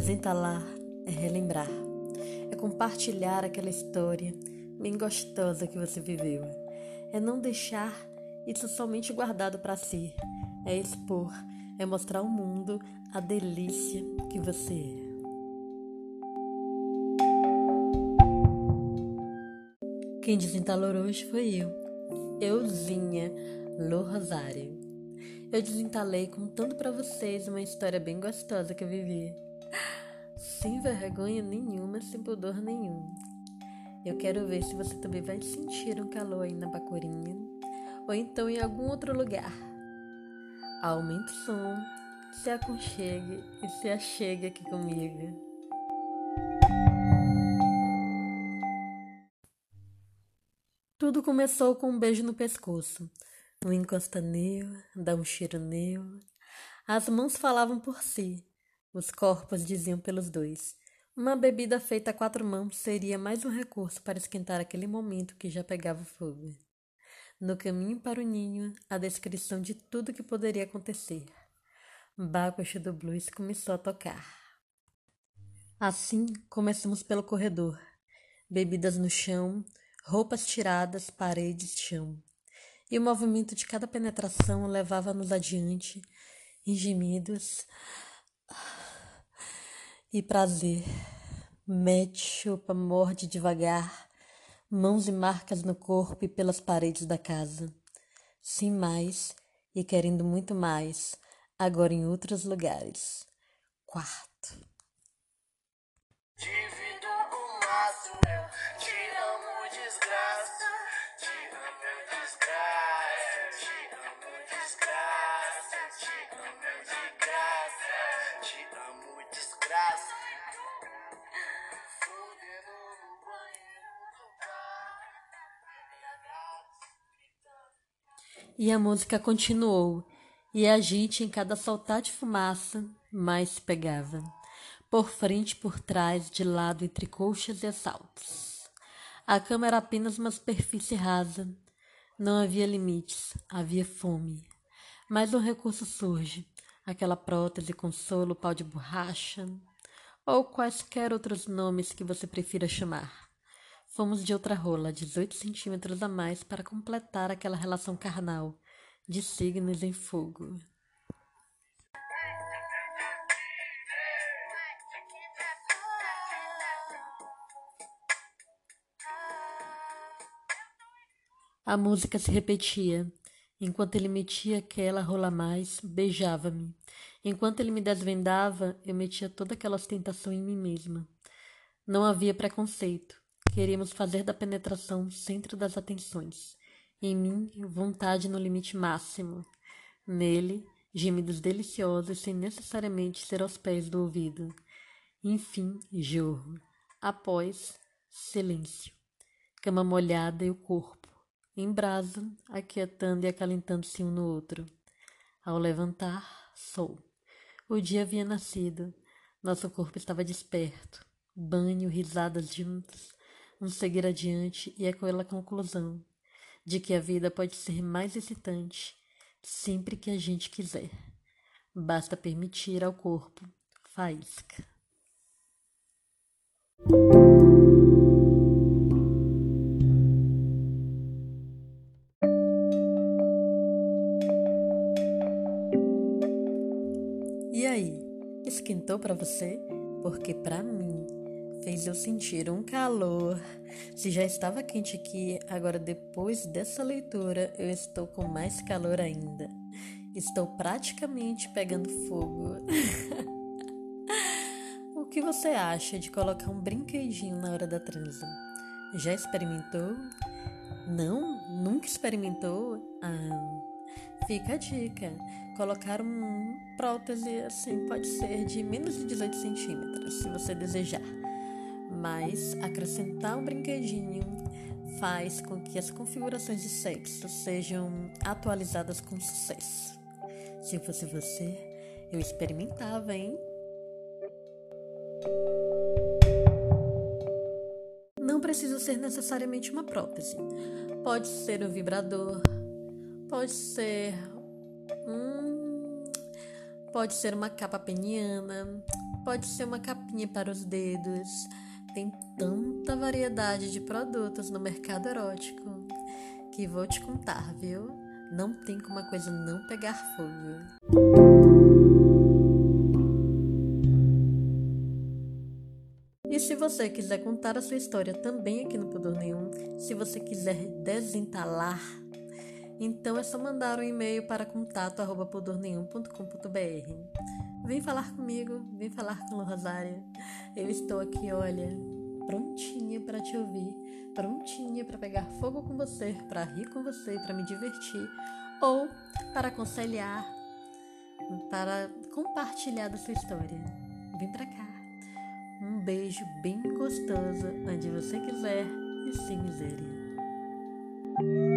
Desentalar é relembrar, é compartilhar aquela história bem gostosa que você viveu, é não deixar isso somente guardado para si, é expor, é mostrar ao mundo a delícia que você é. Quem desentalou hoje foi Euzinha Lô Rosário. Eu desentalei contando pra vocês uma história bem gostosa que eu vivi. Sem vergonha nenhuma, sem pudor nenhum. Eu quero ver se você também vai sentir um calor aí na bacurinha, ou então em algum outro lugar. Aumente o som, se aconchegue e se achegue aqui comigo. Tudo começou com um beijo no pescoço. Um encosta nele, dá um cheiro nele. As mãos falavam por si. Os corpos diziam pelos dois. Uma bebida feita a 4 mãos seria mais um recurso para esquentar aquele momento que já pegava fogo. No caminho para o ninho, a descrição de tudo que poderia acontecer. Bacuxi do blues começou a tocar. Assim, começamos pelo corredor. Bebidas no chão, roupas tiradas, paredes, chão. E o movimento de cada penetração levava-nos adiante, em gemidos e prazer. Mete, chupa, morde devagar, mãos e marcas no corpo e pelas paredes da casa. Sem mais, e querendo muito mais, agora em outros lugares. Quarto. Divido o maço, eu te amo, desgraça. Te amo, desgraça. Te amo, desgraça. Te amo, desgraça. Te amo, desgraça. Fudendo no banheiro do bar. E a música continuou, e a gente, em cada soltar de fumaça, mais se pegava. Por frente, por trás, de lado, entre coxas e assaltos. A cama era apenas uma superfície rasa. Não havia limites, havia fome. Mais um recurso surge, aquela prótese, consolo, pau de borracha, ou quaisquer outros nomes que você prefira chamar. Fomos de outra rola, 18 centímetros a mais para completar aquela relação carnal, de signos em fogo. A música se repetia. Enquanto ele metia aquela rola a mais, beijava-me. Enquanto ele me desvendava, eu metia toda aquela ostentação em mim mesma. Não havia preconceito. Queríamos fazer da penetração o centro das atenções. Em mim, vontade no limite máximo. Nele, gemidos deliciosos sem necessariamente ser aos pés do ouvido. Enfim, jorro. Após, silêncio. Cama molhada e o corpo. Em brasa, aquietando e acalentando-se um no outro. Ao levantar, sol. O dia havia nascido. Nosso corpo estava desperto. Banho, risadas juntos. Seguir adiante e é com ela a conclusão de que a vida pode ser mais excitante sempre que a gente quiser. Basta permitir ao corpo faísca. E aí, esquentou pra você? Porque pra mim fez eu sentir um calor. Se já estava quente aqui, agora depois dessa leitura eu estou com mais calor ainda. Estou praticamente pegando fogo. O que você acha de colocar um brinquedinho na hora da transa? Já experimentou? Não? Nunca experimentou? Fica a dica. Colocar uma prótese assim pode ser de menos de 18 centímetros, se você desejar. Mas acrescentar um brinquedinho faz com que as configurações de sexo sejam atualizadas com sucesso. Se fosse você, eu experimentava, hein? Não precisa ser necessariamente uma prótese. Pode ser um vibrador, pode ser uma capa peniana, pode ser uma capinha para os dedos. Tem tanta variedade de produtos no mercado erótico que vou te contar, viu? Não tem como a coisa não pegar fogo. E se você quiser contar a sua história também aqui no Pudor Nenhum, se você quiser desentalar, então é só mandar um e-mail para contato@pudornenhum.com.br. Vem falar comigo, vem falar com o Rosário. Eu estou aqui, olha, prontinha para te ouvir, prontinha para pegar fogo com você, para rir com você, para me divertir, ou para aconselhar, para compartilhar da sua história. Vem pra cá. Um beijo bem gostoso, onde você quiser e sem miséria.